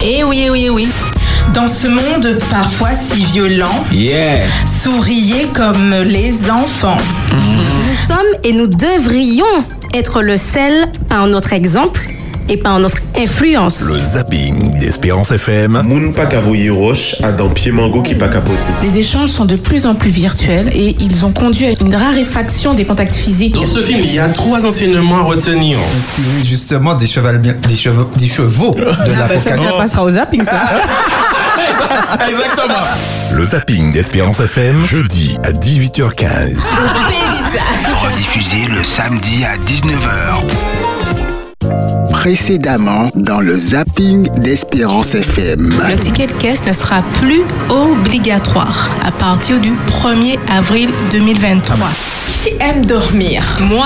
Eh oui. Dans ce monde parfois si violent, souriez comme les enfants. Nous sommes et nous devrions être le sel par notre exemple et par notre influence. Le zapping d'Espérance FM. Moun pa ka voye roche à dans pied mango qui pas capoté. Les échanges sont de plus en plus virtuels et ils ont conduit à une raréfaction des contacts physiques. Dans ce film, il y a 3 enseignements à retenir. Inspiré justement des chevaux de l'apocalypse. Ça passera au zapping, ça. Exactement. Le zapping d'Espérance FM, jeudi à 18h15. Rediffusé le samedi à 19h. Précédemment dans le zapping d'Espérance FM. Le ticket de caisse ne sera plus obligatoire à partir du 1er avril 2023. Qui aime dormir? Moi,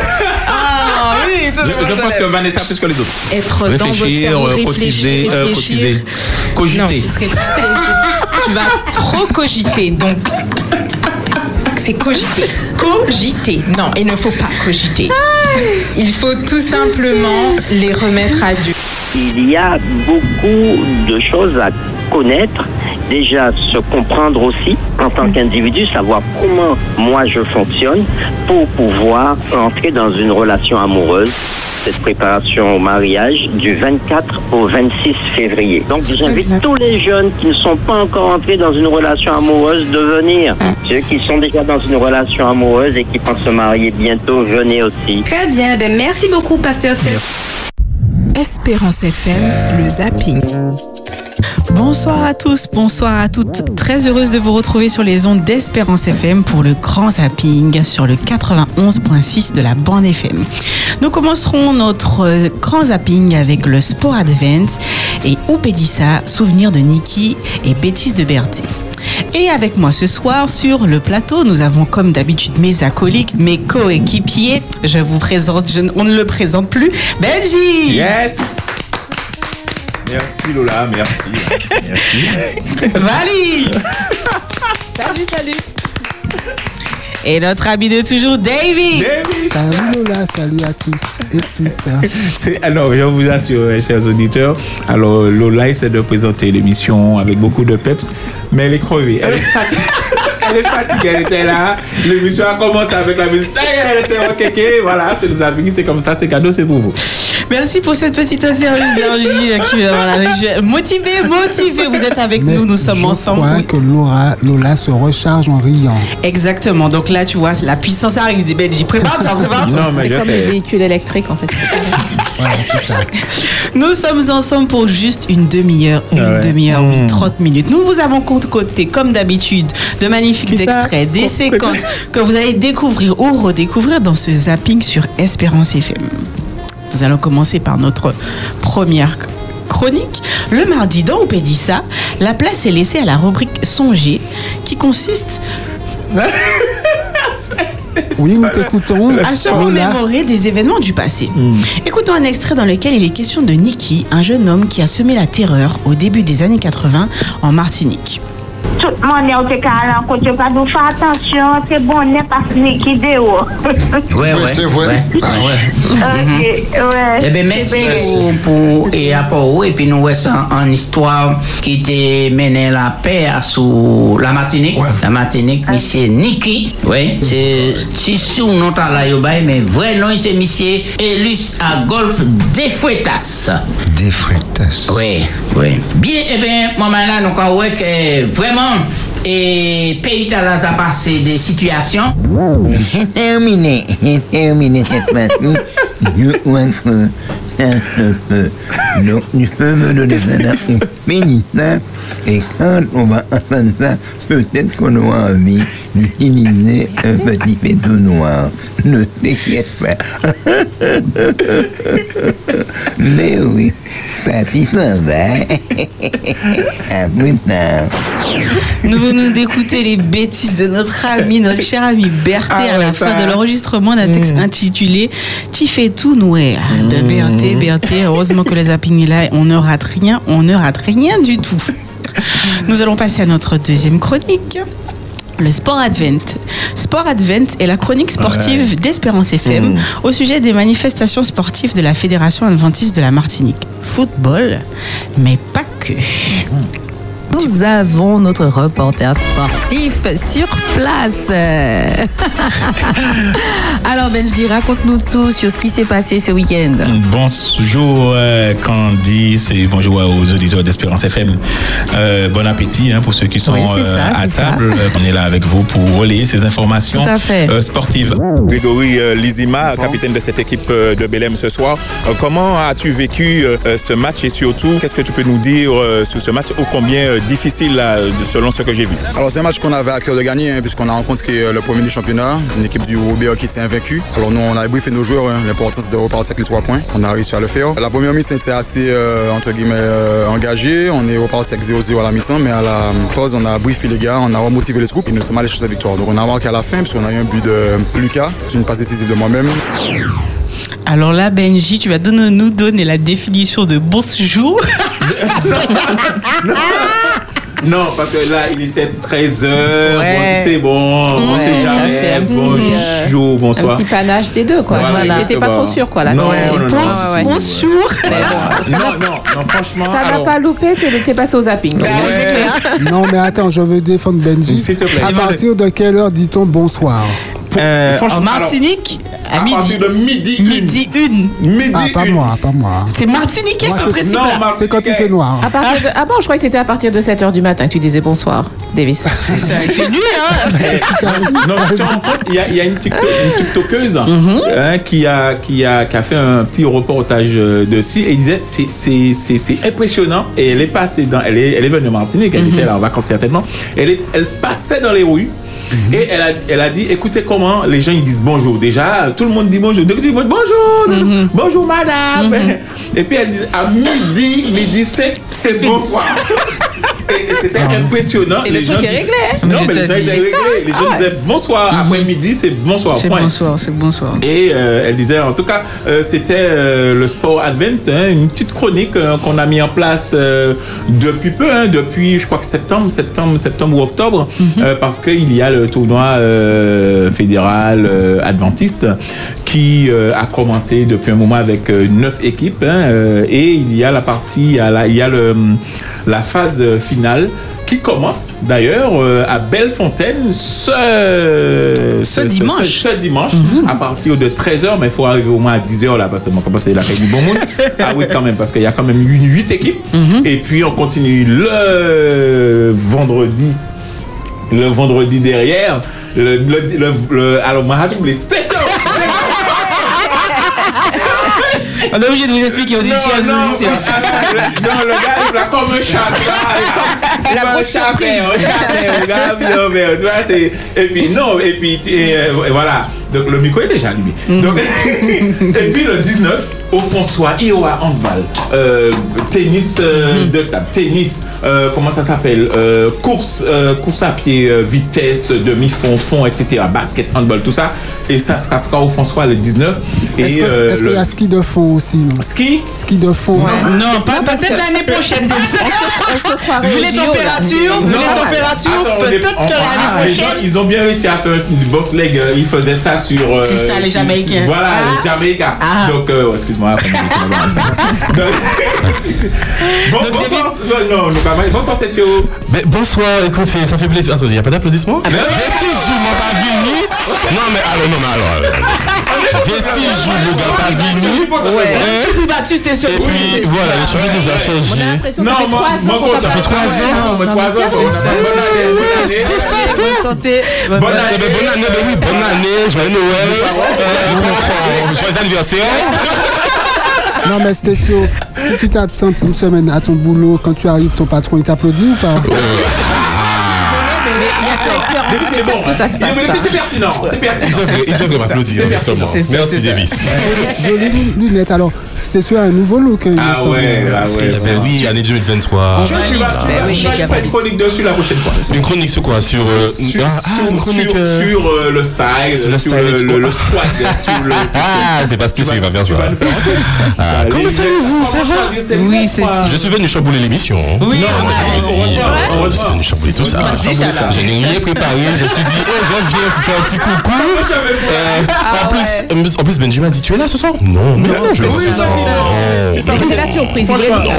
Je pense que Vanessa plus que les autres. Être dans votre cerveau, cotiser, cogiter. Non, parce que tu vas trop cogiter, donc c'est cogiter. Cogiter. Non, il ne faut pas cogiter. Il faut tout simplement les remettre à Dieu. Il y a beaucoup de choses à connaître. Déjà, se comprendre aussi en tant qu'individu, savoir comment moi je fonctionne pour pouvoir entrer dans une relation amoureuse. Cette préparation au mariage du 24 au 26 février. Donc j'invite tous les jeunes qui ne sont pas encore entrés dans une relation amoureuse de venir. Ceux qui sont déjà dans une relation amoureuse et qui pensent se marier bientôt, venez aussi. Très bien, merci beaucoup, Pasteur Steph. Espérance FM, le zapping. Bonsoir à tous, bonsoir à toutes. Très heureuse de vous retrouver sur les ondes d'Espérance FM pour le grand zapping sur le 91.6 de la bande FM. Nous commencerons notre grand zapping avec le Sport Advent et Oupédissa, souvenir de Niki et bêtises de Berthe. Et avec moi ce soir sur le plateau, nous avons comme d'habitude mes acolytes, mes coéquipiers. Je vous présente, on ne le présente plus, Benji. Yes. Merci Lola, merci. Vali. Salut. Et notre ami de toujours, Davis. Salut Lola, salut à tous et toutes. Alors, je vous assure, chers auditeurs, alors Lola essaie de présenter l'émission avec beaucoup de peps, mais elle est crevée. Elle est fatiguée, elle était là. L'émission a commencé avec la musique. Elle s'est requéquée. Voilà, c'est le zapping, c'est comme ça, c'est cadeau, c'est pour vous. Merci pour cette petite interview, Virginie. Motivé, vous êtes avec nous sommes ensemble. Je crois que Lola se recharge en riant. Exactement, donc là, tu vois, la puissance arrive des Belges. Prépare-toi. C'est comme les véhicules électriques, en fait. Voilà, c'est ça. Nous sommes ensemble pour juste une demi-heure, 30 minutes. Nous vous avons concocté, comme d'habitude, de magnifiques extraits, des séquences que vous allez découvrir ou redécouvrir dans ce zapping sur Espérance FM. Nous allons commencer par notre première chronique. Le mardi dans Oupédissa, la place est laissée à la rubrique Songer qui consiste oui, nous t'écoutons. à se remémorer des événements du passé. Écoutons un extrait dans lequel il est question de Niki, un jeune homme qui a semé la terreur au début des années 80 en Martinique. Tout le monde est au técalan, quand tu pas faire attention, c'est bon, n'est pas Niki dehors. Ouais, c'est vrai. Eh bien, merci pour et apport et puis nous voici en histoire qui te menait la paix sous la Martinique. La Martinique, monsieur Niki. Oui, c'est sous notre là yobaï, mais vrai nom c'est monsieur Elus à Golfe des Freitas. Des Freitas. Oui. Bien, eh bien, moment là, nous avons vu que vraiment et pays à a passé des situations. Terminé cette partie. Je crois que donc tu peux me donner ça au pénitent et quand on va entendre ça, peut-être qu'on aura envie d'utiliser un petit pétou noir. Ne t'inquiète pas. Mais oui, papy s'en va. À plus tard. Nous venons d'écouter les bêtises de notre cher ami Berthe à la fin de l'enregistrement d'un texte intitulé « Tu fais tout noir » de Berthe. Heureusement que les zappings est là, on ne rate rien du tout. Nous allons passer à notre deuxième chronique. Le Sport Advent. Sport Advent est la chronique sportive d'Espérance FM au sujet des manifestations sportives de la Fédération adventiste de la Martinique. Football, mais pas avec eux. Nous avons notre reporter sportif sur place. Alors Benji, raconte-nous tout sur ce qui s'est passé ce week-end. Bonjour Candice et bonjour aux auditeurs d'Espérance FM. Bon appétit pour ceux qui sont à table. On est là avec vous pour relayer ces informations sportives. Grégory Lizima, capitaine de cette équipe de Belém ce soir. Comment as-tu vécu ce match et surtout, qu'est-ce que tu peux nous dire sur ce match ô combien difficile selon ce que j'ai vu? Alors c'est un match qu'on avait à cœur de gagner puisqu'on a rencontré le premier du championnat, une équipe du Robert qui était invaincue. Alors nous on a briefé nos joueurs, l'important c'est de repartir avec les 3 points. On a réussi à le faire. La première mi-temps était assez entre guillemets engagée. On est reparti avec 0-0 à la mi-temps, mais à la pause on a briefé les gars, on a remotivé les troupes et nous sommes allés chercher la victoire. Donc on a marqué à la fin puisqu'on a eu un but de Lucas, une passe décisive de moi-même. Alors là, Benji, tu vas nous donner la définition de bonjour. Non, parce que là, il était 13h. Bon, tu sais, on sait jamais. Bonjour, bonsoir. Un petit panache des deux, quoi. Voilà, t'étais pas trop sûr, quoi. Là. Non. Bonjour. Non, franchement. Ça n'a pas loupé, t'es passé au zapping. C'est clair. Non, mais attends, je veux défendre Benji. S'il te plaît. À partir de quelle heure dit-on bonsoir? En Martinique, à partir de midi 1. Pas moi. C'est martiniquais, ce principe. C'est quand il fait noir. Ah bon, je crois que c'était à partir de 7h du matin que tu disais bonsoir, Davis. C'est ça, il fait nuit, Non, tu te rends compte, il y a une TikTokeuse qui a fait un petit reportage dessus et il disait c'est impressionnant et elle est passée elle est venue de Martinique, elle était là en vacances certainement, elle passait dans les rues. Et elle a dit, écoutez comment les gens ils disent bonjour. Déjà, tout le monde dit bonjour. Bonjour, bonjour madame. Et puis elle dit à midi 5, c'est bonsoir. Et c'était impressionnant. Et le truc est réglé. Non, mais les gens étaient réglés. Les gens disaient bonsoir. Après midi, c'est bonsoir. C'est bonsoir. Et elle disait, en tout cas, c'était le Sport Advent, une petite chronique qu'on a mis en place depuis peu, depuis je crois que septembre ou octobre, parce qu'il y a le tournoi fédéral adventiste qui a commencé depuis un moment avec 9 équipes et il y a la partie, il y a la phase finale qui commence d'ailleurs à Bellefontaine ce dimanche à partir de 13h, mais il faut arriver au moins à 10h là parce que c'est la fête du bon monde. Ah oui, quand même, parce qu'il y a quand même 8 équipes et puis on continue le vendredi derrière alors moi j'ai oublié stations. On est obligé de vous expliquer aux éditions. Non, le gars, il a comme un chat. La grosse surprise. Tu vois, et puis, voilà. Donc, le micro est déjà allumé. Donc, et puis, le 19, au François, IOA Handball, tennis de table, tennis, comment ça s'appelle, course à pied, vitesse, demi-fond, fond, etc., basket, handball, tout ça. Et ça se passera au François le 19. Est-ce qu'il y a ski de fond aussi? Non? Ski de fond. Non, peut-être l'année prochaine. Vu les températures, peut-être que l'année prochaine. Ils ont bien réussi à faire une boss leg. Ils faisaient ça sur. C'est ça, les Jamaïcains. Voilà, les Jamaïcains. Donc, excuse-moi. Bonsoir. Non, pas mal. Bonsoir, Stécio. Bonsoir, écoute, ça fait plaisir. Attends, il n'y a pas d'applaudissements? J'ai toujours pas venu. Non, mais alors. J'ai toujours pas venu. Tu sais ce. Et puis, voilà, les choses ont déjà changé. Non, ça fait 3 ans. C'est ça. Bonne santé. Bonne année, joyeux Noël. Joyeux anniversaire. Non, mais Stécio, si tu t'absentes une semaine à ton boulot, quand tu arrives, ton patron, il t'applaudit ou pas? C'est bon. C'est pertinent. Ils devraient m'applaudir, justement. Merci, Davis. Jolie lunette. Alors, c'est sur un nouveau look. Oui, année 2023. Tu vas faire une chronique dessus la prochaine fois. Une chronique sur quoi? Sur le style, sur le swag, c'est pas Stécio qui va faire ça. Comment savez-vous? Ça va? Oui, c'est ça. Je suis venu chambouler l'émission. Oui, je suis venu chambouler tout ça. Je n'ai rien préparé. Je me suis dit, je viens faire un petit coucou. En plus, Benji m'a dit, tu es là ce soir? Non, je Mais c'était la surprise.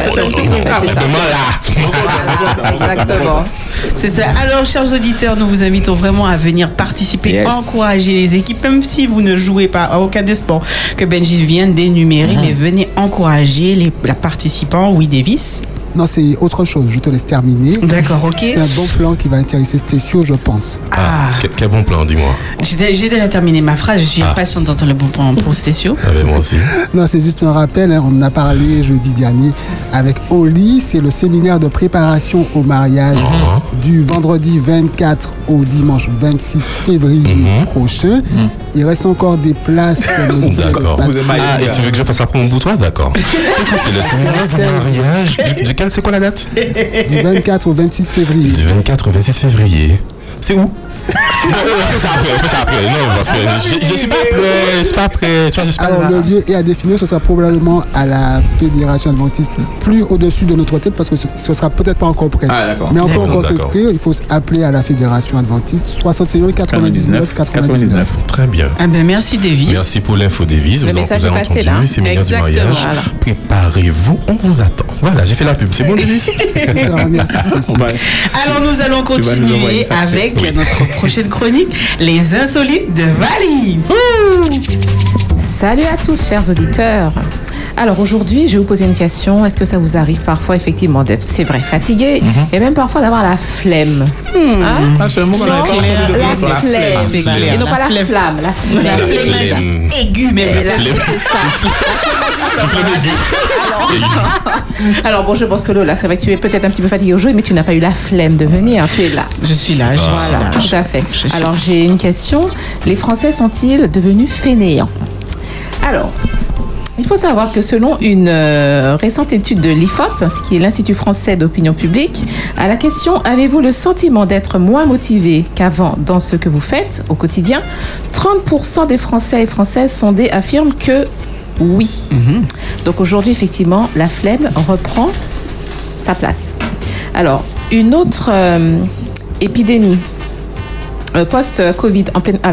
Exactement. C'est ça. Alors, chers auditeurs, nous vous invitons vraiment à venir participer, encourager les équipes, même si vous ne jouez pas à aucun des sports que Benji vient d'énumérer, mais venez encourager les participants. Oui, Davis. Non, c'est autre chose. Je te laisse terminer. D'accord, ok. C'est un bon plan qui va intéresser Stécio, je pense. Quel bon plan, dis-moi. J'ai déjà terminé ma phrase. Je suis impatiente d'entendre le bon plan pour Stécio. Moi aussi. Non, c'est juste un rappel. On en a parlé jeudi dernier avec Oli. C'est le séminaire de préparation au mariage du vendredi 24 au dimanche 26 février prochain. Il reste encore des places. D'accord. Et tu veux que je fasse après mon bout, toi? D'accord. C'est le séminaire du mariage. Duquel, c'est quoi la date? Du 24 au 26 février. Du 24 au 26 février. C'est où? On fait ça après. Non, parce que je suis pas prêt. Alors, le lieu est à définir. Ce sera probablement à la Fédération Adventiste, plus au-dessus de notre tête, parce que ce sera peut-être pas encore prêt. Mais encore pour s'inscrire, il faut s'appeler à la Fédération Adventiste 61 99 99. Très bien. Merci, Davis. Merci pour l'info, Davis. Le message est passé là. Séminaire du mariage. Préparez-vous, on vous attend. Voilà, j'ai fait la pub. C'est bon, Davis? Alors, nous allons continuer avec notre prochaine chronique, les insolites de Vali. Salut à tous, chers auditeurs. Alors aujourd'hui, je vais vous poser une question. Est-ce que ça vous arrive parfois effectivement d'être, c'est vrai, fatigué et même parfois d'avoir la flemme? C'est un mot qu'on a pas la flemme. Et non pas la flamme, la flemme. Aiguë, mais c'est ça. Alors bon, je pense que Lola, c'est vrai que tu es peut-être un petit peu fatiguée aujourd'hui, mais tu n'as pas eu la flemme de venir. Tu es là. Je suis là. Voilà, tout à fait. Alors j'ai une question. Les Français sont-ils devenus fainéants? Alors, il faut savoir que selon une récente étude de l'IFOP, ce qui est l'Institut français d'opinion publique, à la question « Avez-vous le sentiment d'être moins motivé qu'avant dans ce que vous faites au quotidien ?», 30% des Français et Françaises sondés affirment que oui. Donc aujourd'hui, effectivement, la flemme reprend sa place. Alors, une autre épidémie post-Covid en pleine...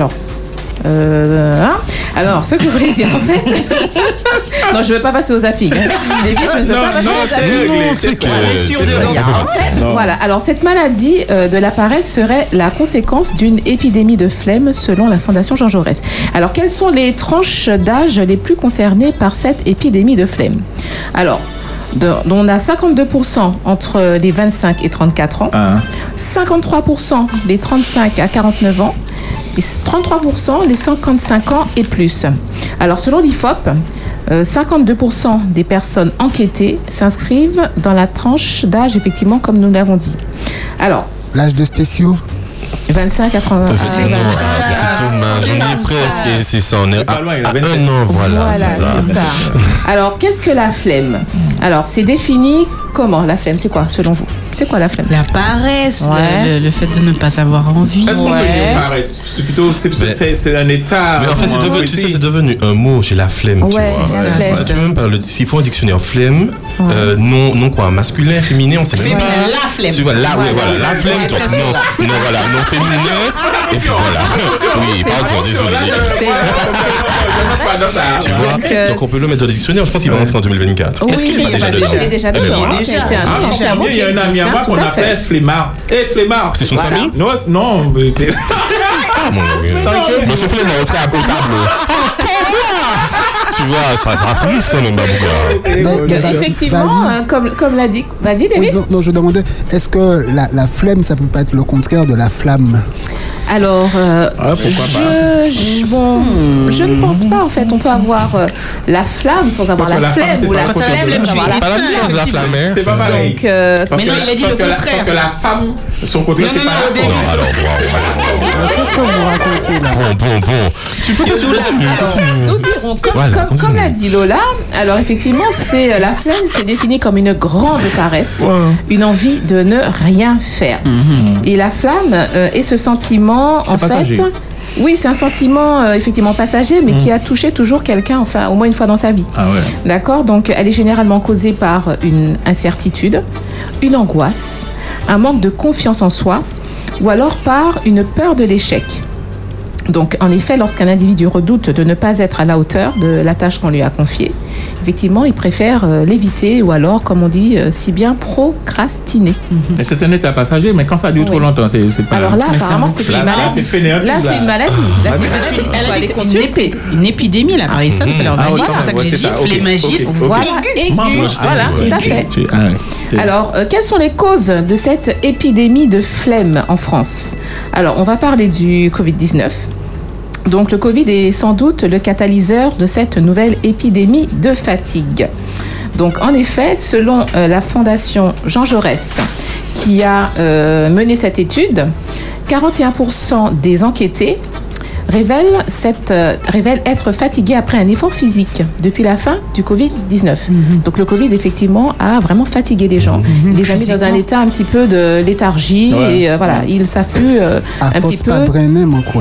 Alors, ce que je voulais dire en fait... non, je ne veux pas passer au zapping. David, je ne veux pas passer au zapping. Voilà, alors cette maladie de la paresse serait la conséquence d'une épidémie de flemme selon la Fondation Jean Jaurès. Alors, quelles sont les tranches d'âge les plus concernées par cette épidémie de flemme? Alors, on a 52% entre les 25 et 34 ans, 53% les 35 à 49 ans, et 33% les 55 ans et plus. Alors, selon l'IFOP, 52% des personnes enquêtées s'inscrivent dans la tranche d'âge, effectivement, comme nous l'avons dit. Alors, l'âge de Stécio? 25 à 30 ans. C'est dommage, on est presque, et c'est ça, on est à un an, voilà, c'est ça. Alors, qu'est-ce que la flemme? Alors, c'est défini comment, la flemme? C'est quoi, selon vous? C'est quoi la flemme? La paresse, le fait de ne pas avoir envie. Est-ce qu'on peut dire paresse? C'est plutôt, c'est un état. Mais en fait, c'est devenu un mot chez la flemme, tu vois. Tu même pas, s'il faut un dictionnaire flemme, non quoi, masculin, féminin, on sait même pas. La flemme. Tu vois, la flemme, non, voilà, non féminin, et puis voilà. Oui, pardon, désolé. Tu vois, donc on peut le mettre dans le dictionnaire, je pense qu'il va rentrer en 2024. Oui, il est déjà dedans. Il y a un ami à moi qu'on appelle Flemmard. Flemmard. C'est son famille? Non. Ah mon Dieu. C'est Flemmard au tableau. Tu vois, ça triste quand même. Effectivement, comme l'a dit. Vas-y, Davis. Non, je demandais, est-ce que la flemme, ça peut pas être le contraire de la flamme? Alors, je ne pense pas, en fait. On peut avoir la flamme sans avoir la flemme, ou la flemme sans avoir la flamme. C'est pas pareil. Mais non, il a dit le contraire. Parce que la femme, son contraire, c'est pas la force. Non, alors, qu'est-ce que vous racontez là? Bon. Tu peux nous dirons, comme l'a dit Lola, alors effectivement, c'est la flemme, c'est défini comme une grande paresse, une envie de ne rien faire. Et la flamme est ce sentiment, en fait, oui, c'est un sentiment effectivement passager, mais qui a touché toujours quelqu'un, enfin au moins une fois dans sa vie. D'accord. Donc, elle est généralement causée par une incertitude, une angoisse, un manque de confiance en soi, ou alors par une peur de l'échec. Donc, en effet, lorsqu'un individu redoute de ne pas être à la hauteur de la tâche qu'on lui a confiée, effectivement, ils préfèrent l'éviter ou alors, comme on dit, si bien procrastiner. Et c'est un état passager, mais quand ça dure trop longtemps, c'est pas... Alors là, apparemment, c'est une maladie. Là, c'est une maladie. Là, c'est une épidémie, là, parlé de ça tout à l'heure. C'est pour ça que j'ai dit flémingite. Voilà, aigu. Voilà, tout à fait. Alors, quelles sont les causes de cette épidémie de flemme en France? Alors, on va parler du Covid-19. Donc, le Covid est sans doute le catalyseur de cette nouvelle épidémie de fatigue. Donc, en effet, selon la Fondation Jean Jaurès, qui a mené cette étude, 41% des enquêtés révèlent être fatigués après un effort physique depuis la fin du Covid-19. Donc le Covid, effectivement, a vraiment fatigué les gens. Il les a mis dans un état un petit peu de léthargie et voilà, ils ne savent plus un petit peu... pas brainer, mon quoi.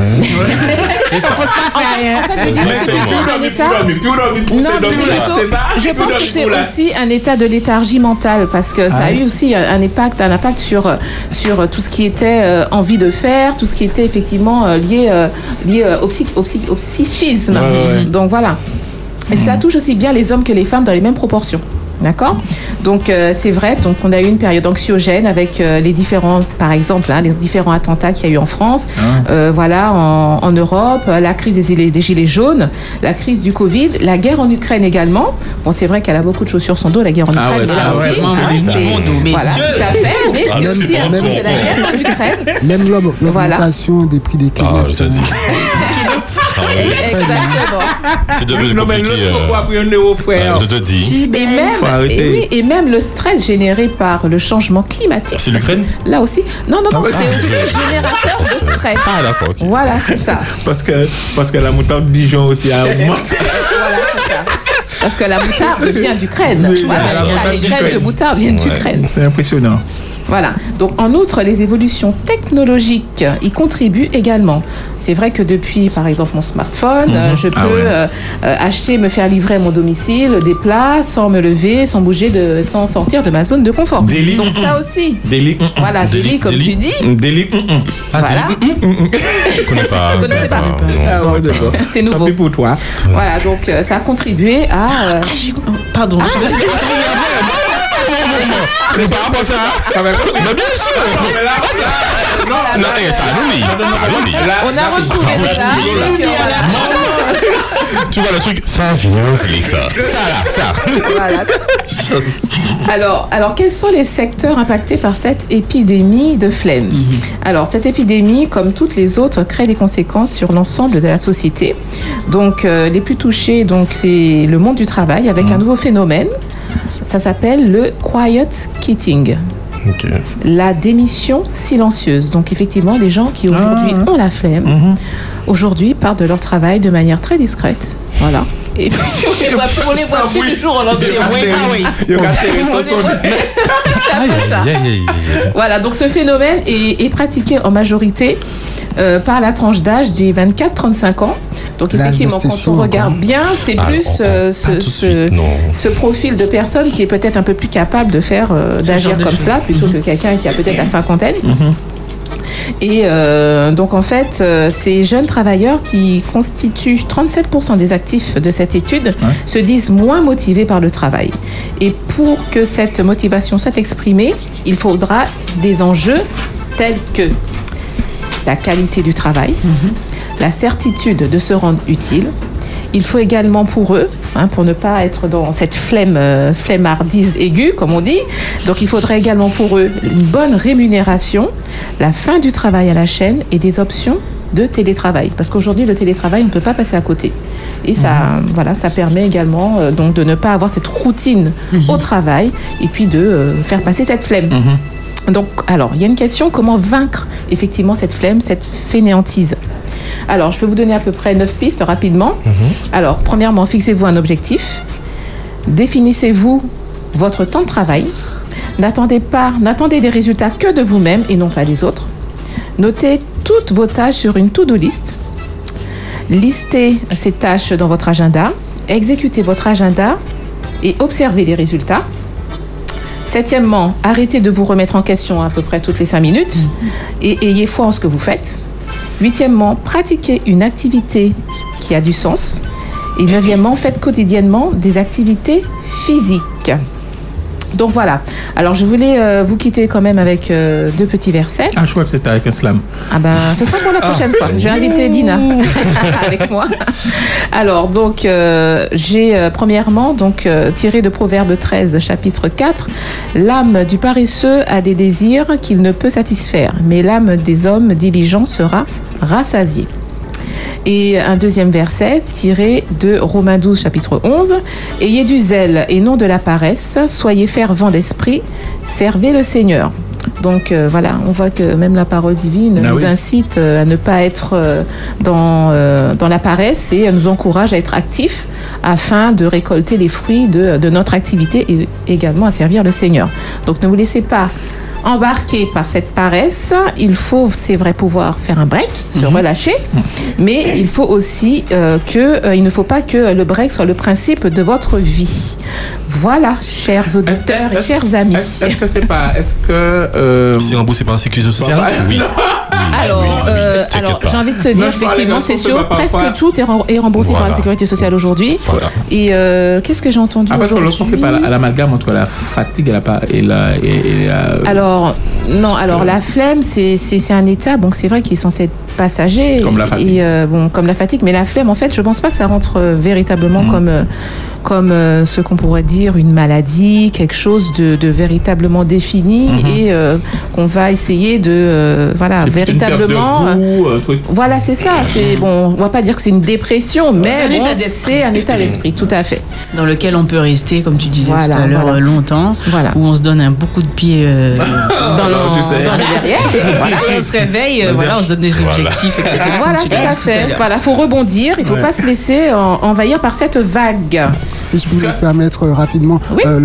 Je pense que c'est aussi un état de léthargie mentale parce que ça a eu aussi un impact sur tout ce qui était envie de faire, tout ce qui était effectivement lié au psychisme. Donc voilà. Et cela touche aussi bien les hommes que les femmes dans les mêmes proportions. D'accord ? Donc c'est vrai, donc on a eu une période anxiogène avec les différents, par exemple, les différents attentats qu'il y a eu en France, voilà, en Europe, la crise des gilets jaunes, la crise du Covid, la guerre en Ukraine également. Bon, c'est vrai qu'elle a beaucoup de choses sur son dos, la guerre en Ukraine, mais là aussi, voilà, tout à fait, mais c'est aussi un peu de la guerre en Ukraine. Même l'augmentation des prix des canettes. Exactement. C'est devenu compliqué. Je te dis. Et même le stress généré par le changement climatique. C'est l'Ukraine ? Là aussi. Non, c'est aussi générateur de stress. Ah, d'accord. Okay. Voilà, c'est ça. Parce que la moutarde Dijon aussi a augmenté. Voilà, c'est ça. Parce que la moutarde vient d'Ukraine. Les graines de moutarde viennent d'Ukraine. C'est impressionnant. Voilà. Donc, en outre, les évolutions technologiques y contribuent également. C'est vrai que depuis, par exemple, mon smartphone, je peux me faire livrer à mon domicile des plats sans me lever, sans bouger, sans sortir de ma zone de confort. Donc, ça aussi. Voilà, délit, comme tu dis. Délit. Voilà. Je connais pas. Vous ne connaissez pas. D'accord. C'est nouveau. Tant pis pour toi. Voilà, donc ça a contribué à... Pardon. C'est pas rapport à ça. Mais bien sûr. Non, ça annule. On a retrouvé cela. Tu vois le truc, ça vient, c'est ça. Voilà. Alors, quels sont les secteurs impactés par cette épidémie de flemme ? Alors, cette épidémie, comme toutes les autres, crée des conséquences sur l'ensemble de la société. Donc, les plus touchés, c'est le monde du travail avec un nouveau phénomène. Ça s'appelle le quiet quitting. Okay. La démission silencieuse. Donc effectivement, les gens qui aujourd'hui ont la flemme, aujourd'hui partent de leur travail de manière très discrète. Voilà. Et puis on les voit plus du jour au lendemain. Voilà, donc ce phénomène est pratiqué en majorité par la tranche d'âge des 24-35 ans. Donc effectivement, quand on regarde bien, c'est plus ce profil de personne qui est peut-être un peu plus capable de faire d'agir comme cela, plutôt que quelqu'un qui a peut-être la cinquantaine. Et donc en fait, ces jeunes travailleurs qui constituent 37% des actifs de cette étude se disent moins motivés par le travail. Et pour que cette motivation soit exprimée, il faudra des enjeux tels que la qualité du travail, la certitude de se rendre utile. Il faut également pour eux, pour ne pas être dans cette flemmardise aiguë, comme on dit, donc il faudrait également pour eux une bonne rémunération, la fin du travail à la chaîne et des options de télétravail. Parce qu'aujourd'hui, le télétravail, on ne peut pas passer à côté. Et ça, ça permet également donc, de ne pas avoir cette routine au travail et puis de faire passer cette flemme. Donc, alors, il y a une question, comment vaincre effectivement cette flemme, cette fainéantise ? Alors, je peux vous donner à peu près 9 pistes rapidement. Alors, premièrement, fixez-vous un objectif. Définissez-vous votre temps de travail. N'attendez des résultats que de vous-même et non pas des autres. Notez toutes vos tâches sur une to-do list. Listez ces tâches dans votre agenda. Exécutez votre agenda et observez les résultats. Septièmement, arrêtez de vous remettre en question à peu près toutes les 5 minutes et ayez foi en ce que vous faites. Huitièmement, pratiquez une activité qui a du sens. Et 9e, faites quotidiennement des activités physiques. Donc voilà. Alors je voulais vous quitter quand même avec 2 petits versets. Ah, je crois que c'était avec un slam. Ah ben, ce sera pour la prochaine fois. Je vais inviter Dina avec moi. Alors donc j'ai premièrement donc tiré de Proverbe 13 chapitre 4. L'âme du paresseux a des désirs qu'il ne peut satisfaire, mais l'âme des hommes diligents sera rassasiée. Et un 2e verset tiré de Romains 12, chapitre 11. « Ayez du zèle et non de la paresse, soyez fervents d'esprit, servez le Seigneur. » Donc voilà, on voit que même la parole divine nous incite à ne pas être dans la paresse et nous encourage à être actifs afin de récolter les fruits de notre activité et également à servir le Seigneur. Donc ne vous laissez pas embarqué par cette paresse. Il faut, c'est vrai, pouvoir faire un break, se relâcher, mais il faut aussi il ne faut pas que le break soit le principe de votre vie. Voilà, chers auditeurs et chers amis. Est-ce que c'est remboursé par la sécurité sociale? Oui. Alors, j'ai envie de te dire, effectivement, c'est sûr, presque tout est remboursé par la sécurité sociale aujourd'hui. Voilà. Et qu'est-ce que j'ai entendu aujourd'hui? Lorsqu'on fait l'amalgame entre la fatigue et la... Alors, non, la flemme, c'est un état, bon, c'est vrai qu'il est censé être passager. Comme la fatigue. Comme la fatigue, mais la flemme, en fait, je pense pas que ça rentre véritablement comme ce qu'on pourrait dire une maladie, quelque chose de véritablement défini et qu'on va essayer de véritablement voilà, c'est ça, c'est bon, on va pas dire que c'est une dépression, mais c'est un état d'esprit, tout à fait, dans lequel on peut rester, comme tu disais tout à l'heure, longtemps, où on se donne un beaucoup de pieds dans le derrière, on se réveille, on se donne des objectifs, etc. Voilà, tout à fait. Voilà, faut rebondir, il faut pas se laisser envahir par cette vague. Si je peux me permettre rapidement,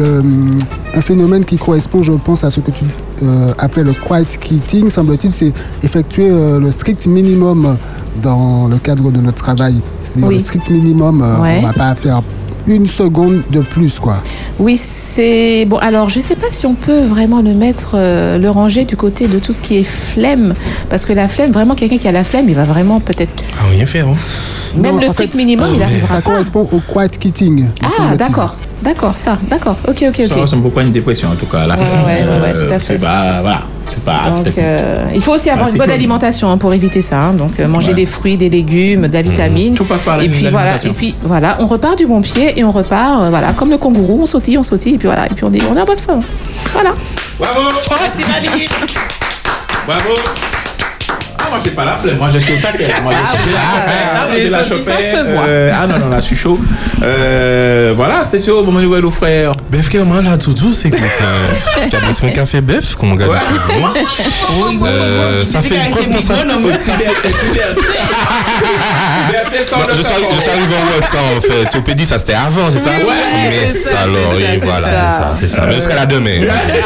un phénomène qui correspond, je pense, à ce que tu appelais le quiet quitting, semble-t-il, c'est effectuer le strict minimum dans le cadre de notre travail. C'est-à-dire le strict minimum, on ne va pas faire une seconde de plus, quoi. Oui, c'est... Bon, alors, je ne sais pas si on peut vraiment le ranger du côté de tout ce qui est flemme. Parce que la flemme, vraiment, quelqu'un qui a la flemme, il va vraiment peut-être... rien faire, hein. Même le strict minimum, il n'arrivera pas. Ça correspond au quiet quitting. Ah, d'accord. D'accord, ça. D'accord. Ok. Ça ressemble beaucoup à une dépression, en tout cas, à la flemme. Ouais, tout à fait. Donc, il faut aussi avoir une bonne alimentation pour éviter ça. Donc, manger des fruits, des légumes, de la vitamine. Tout passe par l'alimentation. Et puis voilà, on repart du bon pied et on repart, comme le kangourou, on sautille, et puis voilà, et puis on est en bonne forme. Voilà. Bravo. C'est magnifique. Bravo. Moi, j'ai pas la flemme. Moi, je suis au taquet. Moi, je la chopée. Ça se voit. Non, là, je suis chaud. Voilà, c'était sur mon nouvel au frère. Bef, comment là, tout doux, c'est que tu as mis mon café bef, comme on regarde ça fait franchement ça. Je suis arrivé en WhatsApp, en fait. Au PD, ça c'était avant, c'est ça? Mais ça, alors, oui, voilà, c'est ça. Mais jusqu'à la demain.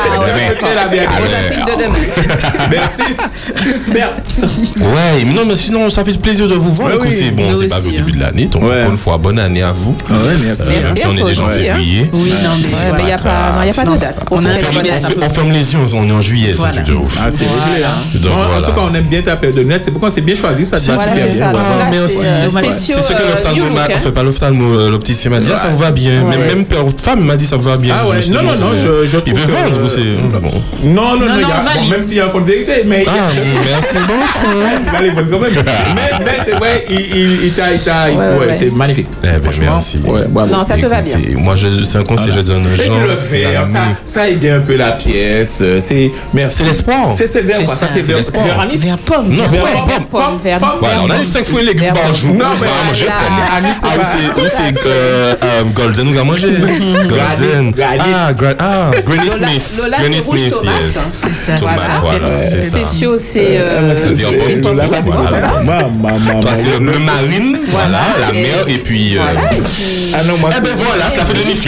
Ouais, mais non, mais sinon, ça fait plaisir de vous voir. Écoutez, bon, c'est pas au début de l'année, donc encore une fois, bonne année à vous. Merci. On est déjà en février. Oui, non, mais il n'y a pas de date. On ferme les yeux, on est en juillet, c'est un truc de ouf. Ah, c'est réglé, hein. En tout cas, on aime bien ta paire de lunettes, c'est pourquoi c'est bien choisi, ça te va super bien. C'est ce que l'ophtalmo m'a fait, pas l'ophtalmo, l'opticien m'a dit, ça vous va bien. Même femme m'a dit, ça vous va bien. Ah ouais, non, je il veut vendre ou c'est. Non, même s'il y a un fond de vérité, mais. Merci beaucoup. Elle est bonne quand même. Mais c'est vrai, c'est magnifique. Merci. Non, ça te va bien. Moi, c'est un conseil que je donne aux gens. Le faire, ça aide un peu la pièce. C'est l'espoir. C'est vers quoi? Ça, c'est vers anis? Vers pomme. Non, vers pomme. Voilà, on a les 5 fruits et légumes par jour. Non, mais manger pomme. C'est Golden, on va manger. Golden. Granny Smith. Granny Smith, yes. C'est ça. Spéciaux, c'est pomme. Toi, c'est le marine, voilà, la mer, et puis. Voilà, ça fait l'émission.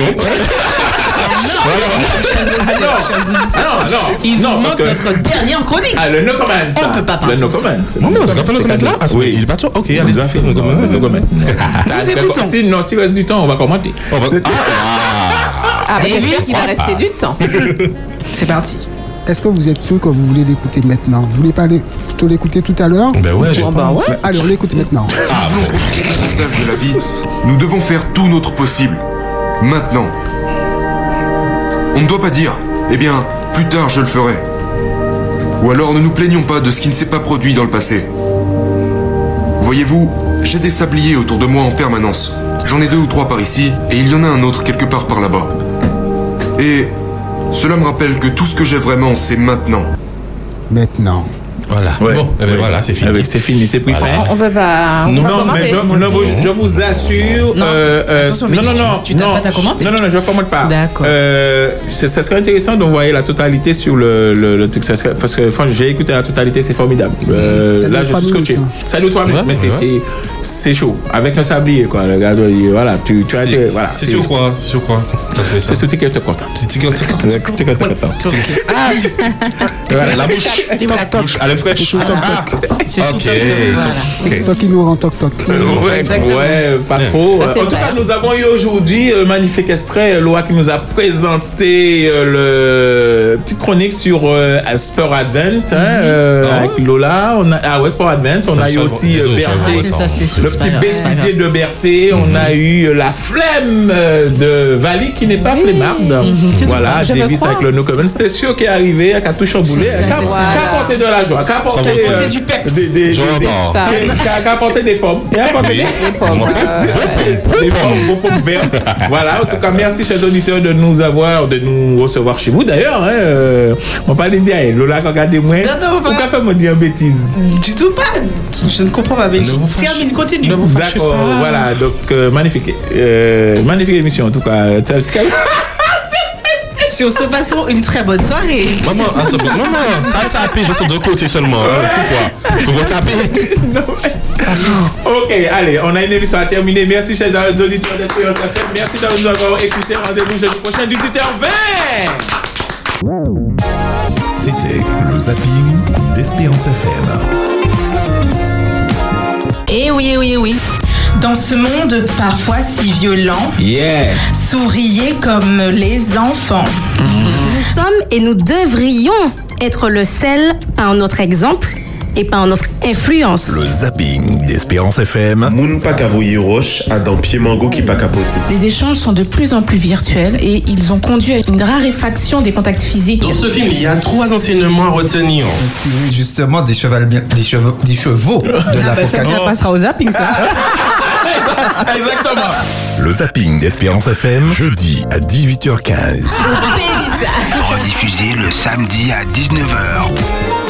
Il nous manque notre dernière chronique. Le no comment. On ne peut pas parler. Le no comment. Non, mais on va faire le comment là. Oui, il est pas tout. Ok, allez, ça fait le comment. Nous écoutons. Sinon, s'il reste du temps, on va commenter. J'espère qu'il va rester du temps. C'est parti. est-ce que vous êtes sûr que vous voulez l'écouter maintenant? Vous voulez pas plutôt l'écouter tout à l'heure? Ben ouais, j'ai Ouais. Allez, on l'écoute maintenant. Si nous voulons profiter de l'espace de la vie, nous devons faire tout notre possible. Maintenant. On ne doit pas dire, eh bien, plus tard je le ferai. Ou alors ne nous plaignons pas de ce qui ne s'est pas produit dans le passé. Voyez-vous, j'ai des sabliers autour de moi en permanence. J'en ai 2 ou 3 par ici, et il y en a un autre quelque part par là-bas. Et cela me rappelle que tout ce que j'ai vraiment, c'est maintenant. Maintenant. Voilà. Ouais. Bon, eh ben Ouais. voilà, c'est fini. Ah oui, c'est fini, c'est pris fin. On peut pas. Non, mais je vous assure. Attention, mais tu t'as pas ta commande? Non, je ne commande pas. D'accord. Ça serait intéressant d'envoyer la totalité sur le truc. Parce que j'ai écouté la totalité, c'est formidable. Là, je suis scotché. Ça dure 3 minutes, mais c'est chaud. Avec un sablier, quoi. Le gars, voilà, tu as été. Voilà, c'est sur quoi? C'est sur quoi? C'est sur TikTok. C'est TikTok. Ah, la bouche. Elle est fraîche. C'est Ok. C'est ça qui nous rend toc-toc. Ouais, pas trop. En tout cas, nous avons eu aujourd'hui un magnifique extrait, Loa qui nous a présenté le petite chronique sur Sport Advent avec Lola. Sport Advent. On a eu aussi Berthé, le petit bêtisier de Berthé. On a eu la flemme de Vali qui n'est pas flemmarde. Voilà, Davis avec le No Comment. C'était sûr qu'il est arrivé, qui a tout chamboulé, qui a apporté de la joie, qui a apporté du peps. Qui a apporté des pommes. Et a apporté des pommes vertes. Voilà, en tout cas, merci chers auditeurs de nous recevoir chez vous. D'ailleurs, on va pas dire, Lola, regardez-moi. Pourquoi faire me dire une bêtise? Du tout pas. Je ne comprends pas. Termine, continue. D'accord, voilà, donc magnifique. Magnifique émission en tout cas. Sur ce, passons une très bonne soirée. Maman, t'as tapé, je sais de côté seulement. Pourquoi? Faut taper. Ok, allez, on a une émission à terminer. Merci chers auditeurs d'Espérance FM. Merci de nous avoir écoutés. Rendez-vous jeudi prochain, 18h20. C'était le zapping d'Espérance FM. Eh oui. Dans ce monde parfois si violent, souriez comme les enfants. Nous sommes et nous devrions être le sel par notre exemple et par notre influence. Le zapping d'Espérance FM. Moun pa kavoye roche a dans pied mango qui pas capoté. Les échanges sont de plus en plus virtuels et ils ont conduit à une raréfaction des contacts physiques. Dans ce film, il y a 3 enseignements à retenir. Inspiré justement des chevaux de l'Apocalypse. Ça passera au zapping, ça. Exactement. Le zapping d'Espérance FM, jeudi à 18h15. Rediffusé le samedi à 19h.